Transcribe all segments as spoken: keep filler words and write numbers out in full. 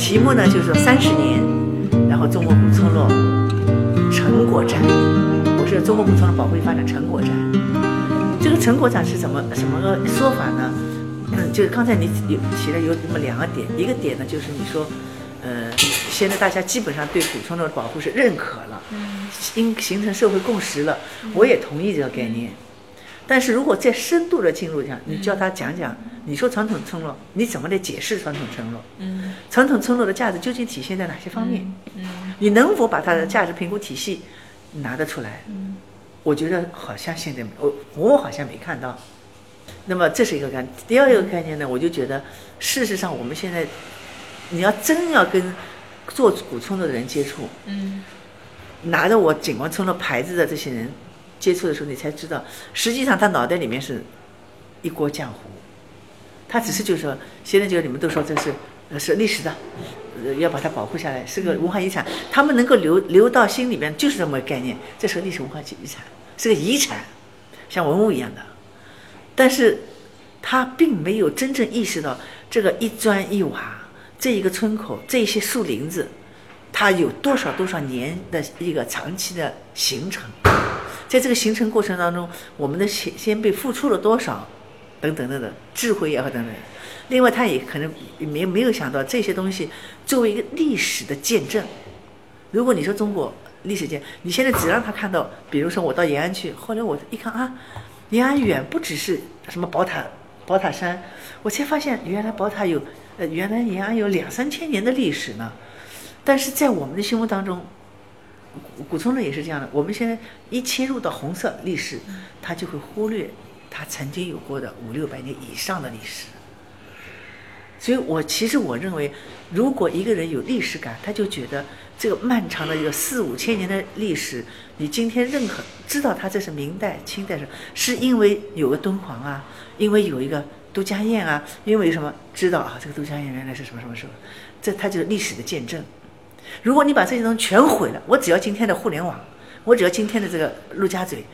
题目呢就是说三十年，然后中国古村落成果展，我是中国古村落保护与发展成果展。这个成果展是怎么什么个说法呢？嗯，就是刚才你有提了有那么两个点，一个点呢就是你说，呃，现在大家基本上对古村落的保护是认可了，应形成社会共识了，我也同意这个概念。但是如果再深度的进入讲，你叫他讲讲，你说传统村落，你怎么来解释传统村落？嗯，传统村落的价值究竟体现在哪些方面？嗯，你能否把它的价值评估体系拿得出来？嗯，我觉得好像现在我我好像没看到。那么这是一个概念。第二一个概念呢，我就觉得事实上我们现在，你要真要跟做古村落的人接触，嗯，拿着我景观村落牌子的这些人接触的时候，你才知道，实际上他脑袋里面是一锅浆糊。他只是就是说，现在就是你们都说这是呃是历史的，呃要把它保护下来，是个文化遗产。他们能够留留到心里面，就是这么个概念，这是个历史文化遗产，是个遗产，像文物一样的。但是他并没有真正意识到这个一砖一瓦，这一个村口，这些树林子，它有多少多少年的一个长期的形成。在这个形成过程当中，我们的先先辈付出了多少，等等等等，智慧也好等等。另外，他也可能没没有想到这些东西作为一个历史的见证。如果你说中国历史见，你现在只让他看到，比如说我到延安去，后来我一看啊，延安远不只是什么宝塔宝塔山，我才发现原来宝塔有呃原来延安有两三千年的历史呢。但是在我们的心目当中，古村落也是这样的，我们现在一切入到红色历史，他就会忽略他曾经有过的五六百年以上的历史。所以我其实我认为，如果一个人有历史感，他就觉得这个漫长的一个四五千年的历史，你今天认可知道它这是明代清代，是是因为有个敦煌啊，因为有一个都江堰啊，因为什么知道啊这个都江堰原来是什么什么时候，这它就是历史的见证。如果你把这些东西全毁了，我只要今天的互联网，我只要今天的这个陆家嘴，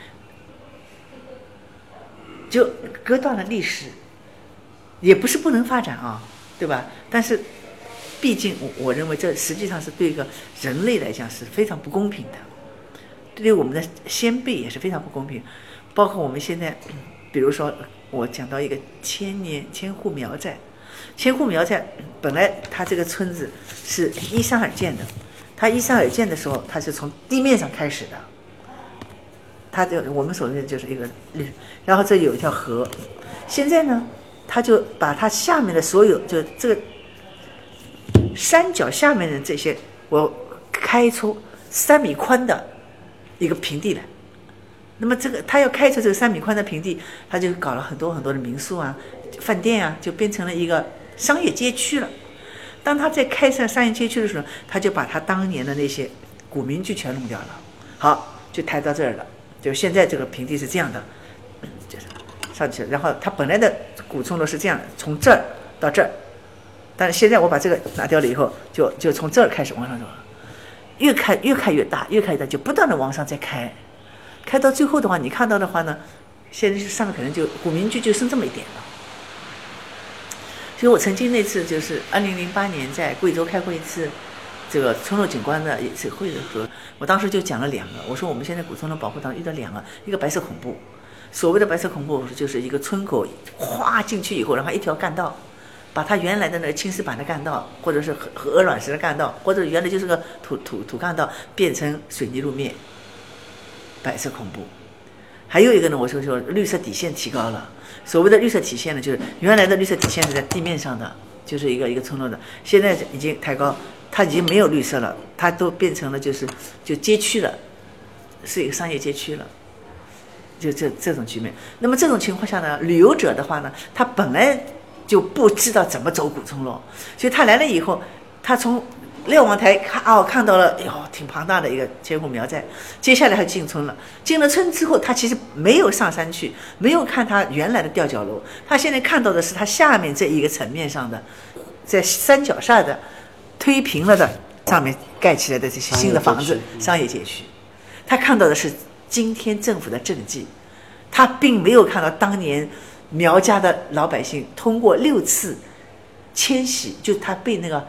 就割断了历史，也不是不能发展啊，对吧？但是毕竟我我认为这实际上是对一个人类来讲是非常不公平的，对我们的先辈也是非常不公平。包括我们现在比如说我讲到一个千年千户苗寨，千户苗寨本来它这个村子是依山而建的，它依山而建的时候，它是从地面上开始的，它就我们所谓的就是一个，然后这有一条河，现在呢，它就把它下面的所有就这个山脚下面的这些，我开出三米宽的一个平地来。那么这个他要开出这个三米宽的平地，他就搞了很多很多的民宿啊、饭店啊，就变成了一个商业街区了。当他在开设商业街区的时候，他就把他当年的那些古民居全弄掉了，好，就抬到这儿了。就现在这个平地是这样的，就是上去了。然后他本来的古村落是这样的，从这儿到这儿，但是现在我把这个拿掉了以后，就就从这儿开始往上走了，越开越开越大，越开越大，就不断的往上再开。开到最后的话，你看到的话呢，现在上面可能就古民居就剩这么一点了。所以我曾经那次就是二零零八年在贵州开过一次这个村落景观的一次会的时候，我当时就讲了两个，我说我们现在古村落保护当中遇到两个，一个白色恐怖，所谓的白色恐怖就是一个村口哗进去以后，然后一条干道，把它原来的那个青石板的干道，或者是和鹅卵石的干道，或者原来就是个土土土干道，变成水泥路面。白色恐怖。还有一个呢，我说说绿色底线提高了。所谓的绿色底线呢，就是原来的绿色底线是在地面上的，就是一个一个村落的，现在已经抬高，它已经没有绿色了，它都变成了就是就街区了，是一个商业街区了，就这这种局面。那么这种情况下呢，旅游者的话呢，他本来就不知道怎么走古村落，所以他来了以后，他从瞭望台看哦，看到了，哎呦，挺庞大的一个千户苗寨。接下来他进村了，进了村之后，他其实没有上山去，没有看他原来的吊脚楼，他现在看到的是他下面这一个层面上的，在山脚下的推平了的上面盖起来的这些新的房子，商业街区。他看到的是今天政府的政绩，他并没有看到当年苗家的老百姓通过六次迁徙，就他被那个。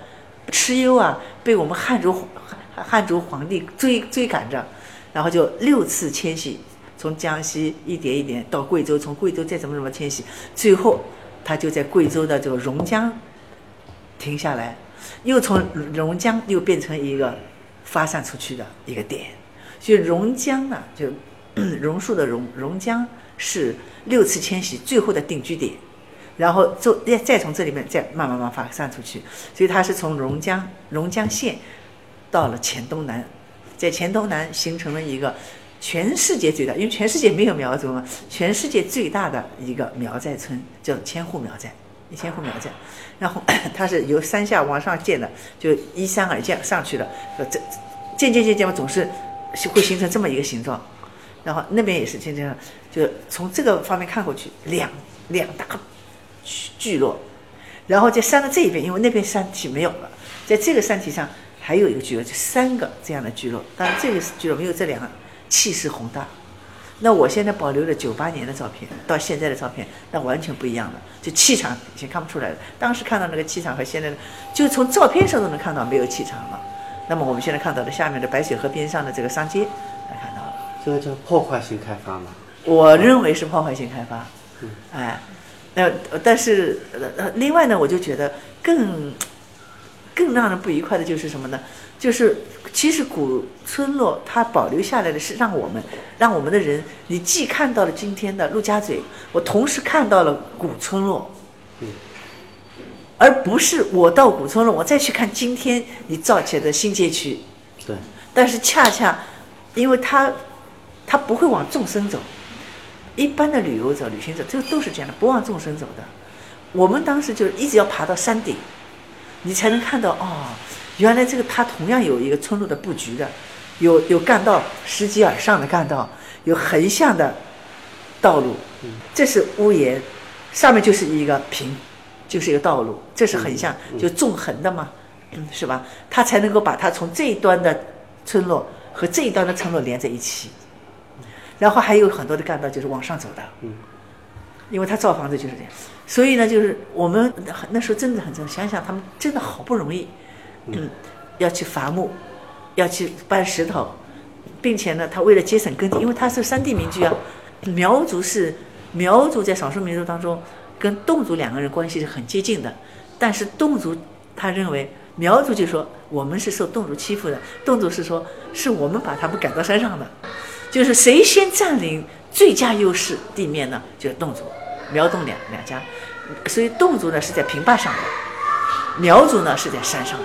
蚩尤啊被我们汉族汉族皇帝追追赶着，然后就六次迁徙，从江西一点一点到贵州，从贵州再怎么怎么迁徙，最后他就在贵州的这个榕江停下来，又从榕江又变成一个发散出去的一个点。所以榕江呢，就榕树的榕，榕江是六次迁徙最后的定居点，然后就再从这里面再慢慢慢慢发散出去。所以它是从榕江榕江县到了黔东南，在黔东南形成了一个全世界最大，因为全世界没有苗族嘛，全世界最大的一个苗寨村叫千户苗寨，一千户苗寨。然后它是由山下往上建的，就依山而建上去的，这渐渐渐渐总是会形成这么一个形状。然后那边也是渐渐，就从这个方面看过去，两两大聚落。然后在山的这一边，因为那边山体没有了，在这个山体上还有一个聚落，就三个这样的聚落。当然这个聚落没有这两个气势宏大。那我现在保留了九八年的照片到现在的照片，那完全不一样了，就气场已经看不出来了。当时看到那个气场和现在的，就从照片上都能看到没有气场了。那么我们现在看到的下面的白水河边上的这个商街，来看到了， 这个叫破坏性开发吗？ 我认为是破坏性开发。 嗯， 哎，那但是呃，另外呢，我就觉得更更让人不愉快的就是什么呢？就是其实古村落它保留下来的是让我们让我们的人，你既看到了今天的陆家嘴，我同时看到了古村落， 嗯， 而不是我到古村落我再去看今天你造起来的新街区。 对， 但是恰恰因为它它不会往纵深走，一般的旅游者旅行者就都是这样的，不往纵深走的。我们当时就一直要爬到山顶，你才能看到哦，原来这个它同样有一个村落的布局的，有有干道，十级而上的干道，有横向的道路，这是屋檐，上面就是一个平，就是一个道路，这是横向，就纵横的嘛，嗯，是吧？它才能够把它从这一端的村落和这一端的村落连在一起，然后还有很多的干道就是往上走的， 嗯， 因为他造房子就是这样，所以呢，就是我们那时候真的很想想，他们真的好不容易，嗯，要去伐木，要去搬石头，并且呢，他为了节省耕地，因为他是山地民居啊，苗族是苗族在少数民族当中跟侗族两个人关系是很接近的，但是侗族他认为苗族就说我们是受侗族欺负的，侗族是说是我们把他们赶到山上的，就是谁先占领最佳优势地面呢，就是侗族、苗侗两两家，所以侗族呢是在平坝上的，苗族呢是在山上的，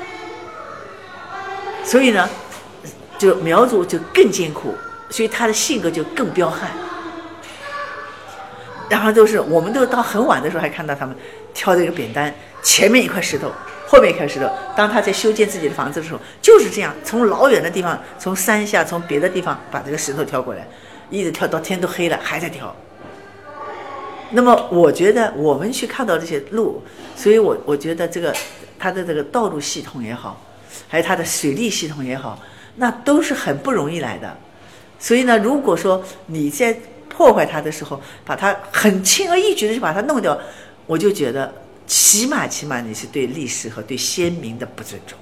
所以呢，就苗族就更艰苦，所以他的性格就更彪悍。然后都是我们都到很晚的时候还看到他们挑这个扁担，前面一块石头，后面一块石头。当他在修建自己的房子的时候，就是这样，从老远的地方，从山下，从别的地方把这个石头挑过来，一直挑到天都黑了还在挑。那么我觉得我们去看到这些路，所以我我觉得这个它的这个道路系统也好，还有它的水利系统也好，那都是很不容易来的。所以呢，如果说你在破坏它的时候，把它很轻而易举的就把它弄掉，我就觉得起码起码你是对历史和对先民的不尊重。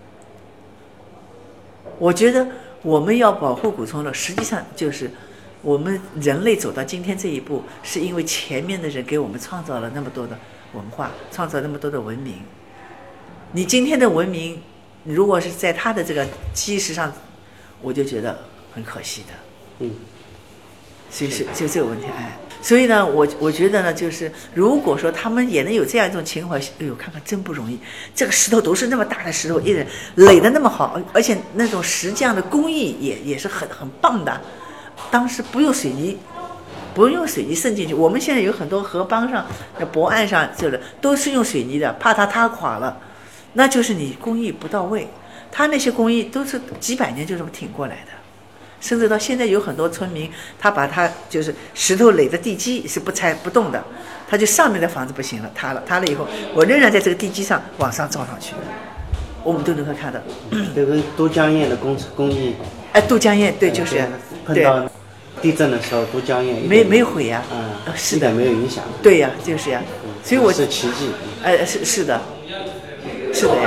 我觉得我们要保护古村落，实际上就是我们人类走到今天这一步，是因为前面的人给我们创造了那么多的文化，创造那么多的文明。你今天的文明如果是在他的这个基石上，我就觉得很可惜的。 嗯， 所以是就这个问题，哎，所以呢，我我觉得呢，就是如果说他们也能有这样一种情怀，哎呦，看看真不容易，这个石头都是那么大的石头，一人垒得那么好，而且那种石匠的工艺也也是很很棒的。当时不用水泥，不用水泥渗进去。我们现在有很多河浜上、泊岸上，这个都是用水泥的，怕它塌垮了，那就是你工艺不到位。他那些工艺都是几百年就这么挺过来的。甚至到现在有很多村民，他把他就是石头垒的地基是不拆不动的，他就上面的房子不行了，塌了，塌了以后，我仍然在这个地基上往上造上去，我们都能够看到。 这跟都江堰的工程工艺， 哎，都江堰对，就是， 碰到地震的时候，都江堰没没有毁呀， 嗯， 是的， 没有影响。 对呀，就是呀，所以我是奇迹， 哎，是是的，是的呀。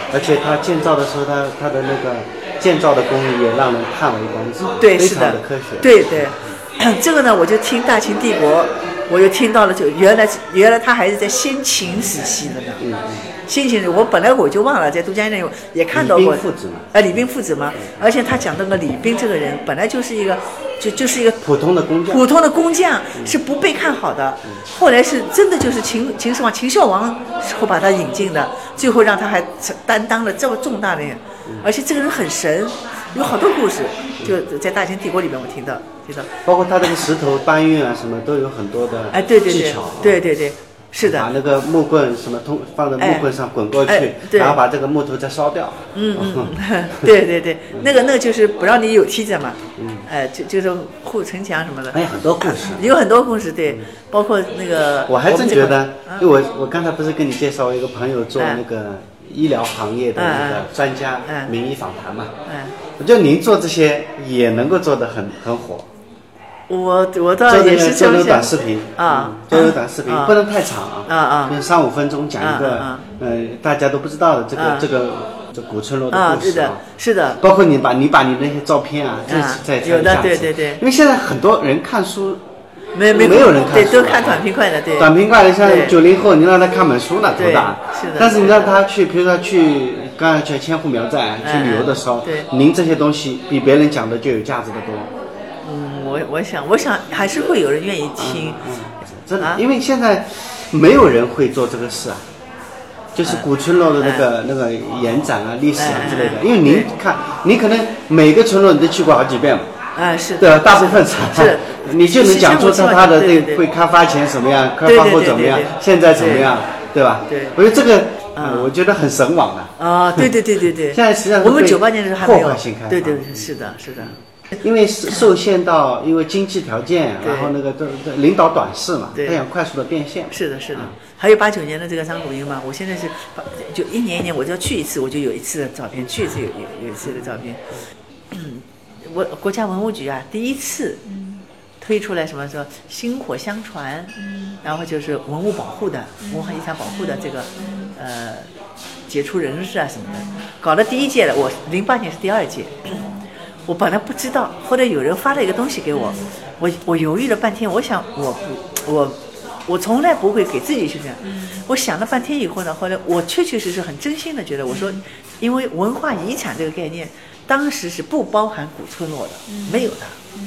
而且它建造的时候，它它的那个建造的工艺也让人叹为观止， 对， 非是的， 常的科学。 对对，这个呢，我就听大秦帝国，我就听到了，就原来原来他还是在先秦时期的呢。 嗯嗯。 先秦，我本来我就忘了，在都江堰也看到过。 李冰父子嘛。 呃，李冰父子嘛，而且他讲那个李冰这个人，本来就是一个，就就是一个普通的工匠。 普通的工匠是不被看好的， 嗯、 后来是真的就是秦秦始皇秦孝王后把他引进的，最后让他还担当了这么重大的，而且这个人很神，有好多故事，就在大秦帝国里面我听到听到。 包括他这个石头搬运啊什么都有很多的哎，对对对， 技巧、啊。 对对对。是的， 把那个木棍什么通放在木棍上滚过去， 哎哎、 然后把这个木头再烧掉。 嗯嗯，对对对，那个那个就是不让你有梯子嘛。嗯。哎、呃，就就是护城墙什么的。 还有很多故事。 有很多故事，对，嗯、包括那个。 我还真觉得，因为我我刚才不是跟你介绍我一个朋友做那个医疗行业的那个专家名医访谈嘛？嗯。我觉得您做这些也能够做得很很火。 我我倒也是做那个短视频啊， 做那个短视频不能太长啊啊， 就三五分钟讲一个呃大家都不知道的这个这个这古村落的故事啊，是的， 包括你把你把你那些照片啊，这在有的对对对， 因为现在很多人看书没没没有人看， 对，都看短平快的，对， 短平快的像九零后，你让他看本书呢头大， 是的， 但是你让他去，比如说去刚才去千户苗寨去旅游的时候，您这些东西比别人讲的就有价值的多。 嗯，我我想，我想还是会有人愿意听， 嗯，嗯真的，啊、因为现在没有人会做这个事啊，就是古村落的那个、嗯、那个延展啊、历史啊之类的。因为您看，你可能每个村落你都去过好几遍嘛， 啊是， 对吧？大部分是， 是你就能讲出他他的这个会开发前什么样，开发后怎么样，现在怎么样，对吧？ 对， 我觉得这个。嗯，我觉得很神往的啊！对对对对对， 现在实际上我们九八年的时候还没有破坏性开发， 对对是的，是的。 因为受限到因为经济条件，然后那个领导短视嘛，他想快速的变现。 是的，是的。还有八九年的这个张鲁英嘛，我现在是就一年一年我只要去一次，我就有一次的照片，去一次有有有一次的照片。嗯，我国家文物局啊，第一次推出来什么说薪火相传，然后就是文物保护的文化遗产保护的这个呃杰出人士啊什么的，搞了第一届了，我零八年是第二届。我本来不知道，后来有人发了一个东西给我，我我犹豫了半天，我想我不我我从来不会给自己去这样，我想了半天以后呢，后来我确确实实很真心的觉得，我说，因为文化遗产这个概念，当时是不包含古村落的，没有的。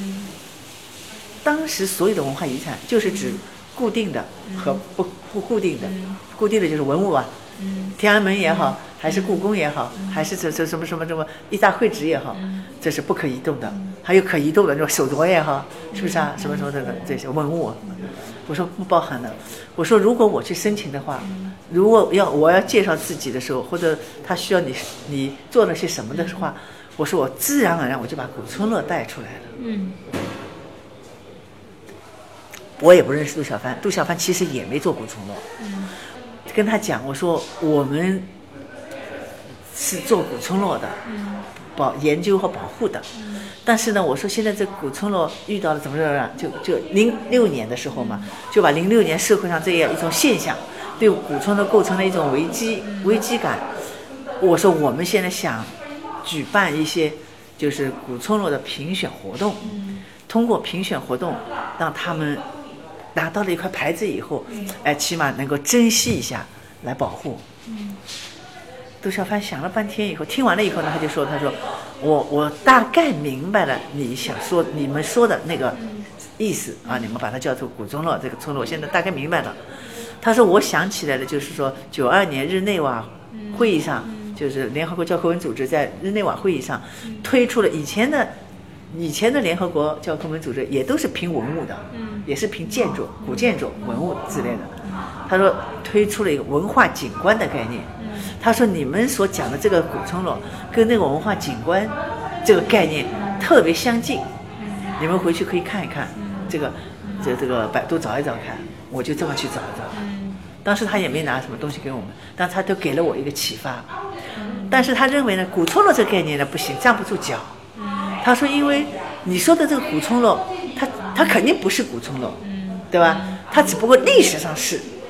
当时所有的文化遗产就是指固定的和不不固定的，固定的就是文物啊，天安门也好，还是故宫也好，还是这这什么什么什么一大会址也好，这是不可移动的。还有可移动的，就手镯也好，是不是啊？什么什么的这些文物，我说不包含的。我说如果我去申请的话，如果要我要介绍自己的时候，或者他需要你你做了些什么的话，我说我自然而然我就把古村落带出来了。嗯。我也不认识杜小帆，杜小帆其实也没做古村落。嗯，跟他讲，我说我们是做古村落的，嗯，保研究和保护的。嗯，但是呢，我说现在这古村落遇到了怎么着？就就零六年的时候嘛，就把零六年社会上这样一种现象，对古村落构成了一种危机危机感。我说我们现在想举办一些就是古村落的评选活动，通过评选活动让他们拿到了一块牌子以后，哎，起码能够珍惜一下来保护。嗯，杜小帆想了半天以后，听完了以后呢，他就说：“他说我我大概明白了你想说你们说的那个意思啊，你们把它叫做古村落这个村落，我现在大概明白了。”他说：“我想起来了，就是说九二年日内瓦会议上，就是联合国教科文组织在日内瓦会议上推出了以前的。”以前的联合国教科文组织也都是评文物的，嗯，也是评建筑、古建筑、文物之类的。他说推出了一个文化景观的概念。他说你们所讲的这个古村落跟那个文化景观这个概念特别相近，你们回去可以看一看，这个这这个百度找一找看。我就这么去找一找。当时他也没拿什么东西给我们，但他都给了我一个启发。但是他认为呢，古村落这个概念呢不行，站不住脚。他说因为你说的这个古村落它它肯定不是古村落，对吧？它只不过历史上是，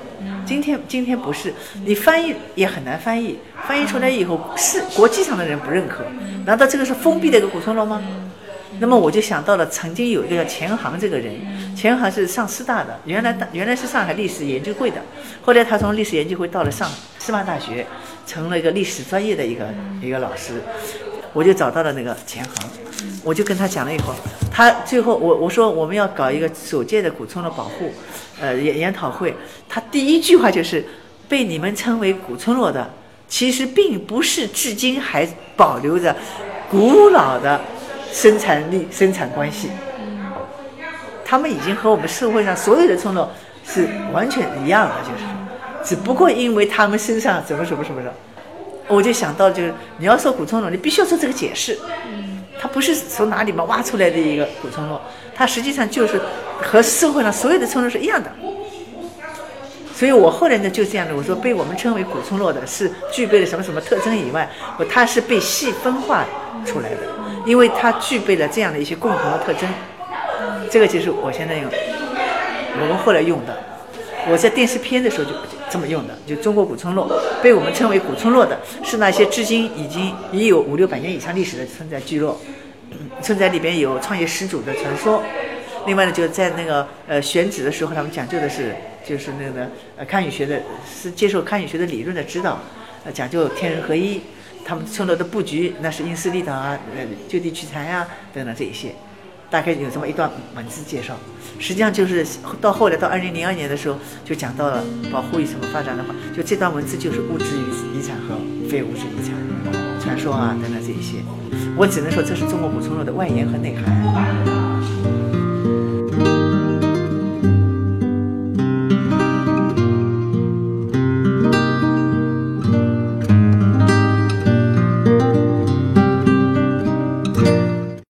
今天今天不是，你翻译也很难翻译，翻译出来以后是国际上的人不认可，难道这个是封闭的一个古村落吗？那么我就想到了曾经有一个叫钱航这个人，钱航是上师大的，原来原来是上海历史研究会的，后来他从历史研究会到了上师范大学，成了一个历史专业的一个一个老师，我就找到了那个钱航，我就跟他讲了以后，他最后我我说我们要搞一个首届的古村落保护，呃研研讨会，他第一句话就是被你们称为古村落的，其实并不是至今还保留着古老的生产力生产关系，他们已经和我们社会上所有的村落是完全一样的，就是只不过因为他们身上什么什么什么的，我就想到就是你要说古村落，你必须要做这个解释，它不是从哪里面挖出来的一个古村落，它实际上就是和社会上所有的村落是一样的。所以我后来呢就这样的，我说被我们称为古村落的是具备了什么什么特征以外，它是被细分化出来的，因为它具备了这样的一些共同的特征。这个就是我现在用我们后来用的，我在电视片的时候就这么用的，就中国古村落被我们称为古村落的是那些至今已经已有五六百年以上历史的村寨聚落，村寨里边有创业始祖的传说。另外呢，就在那个呃选址的时候，他们讲究的是就是那个呃堪舆学的，是接受堪舆学的理论的指导，呃讲究天人合一。他们村落的布局那是因势利导啊，呃就地取材啊等等这一些，大概有这么一段文字介绍。实际上就是到后来到二零零二年的时候，就讲到了保护与什么发展的话，就这段文字就是物质遗产和非物质遗产传说啊等等这一些。我只能说这是中国古村落的外延和内涵。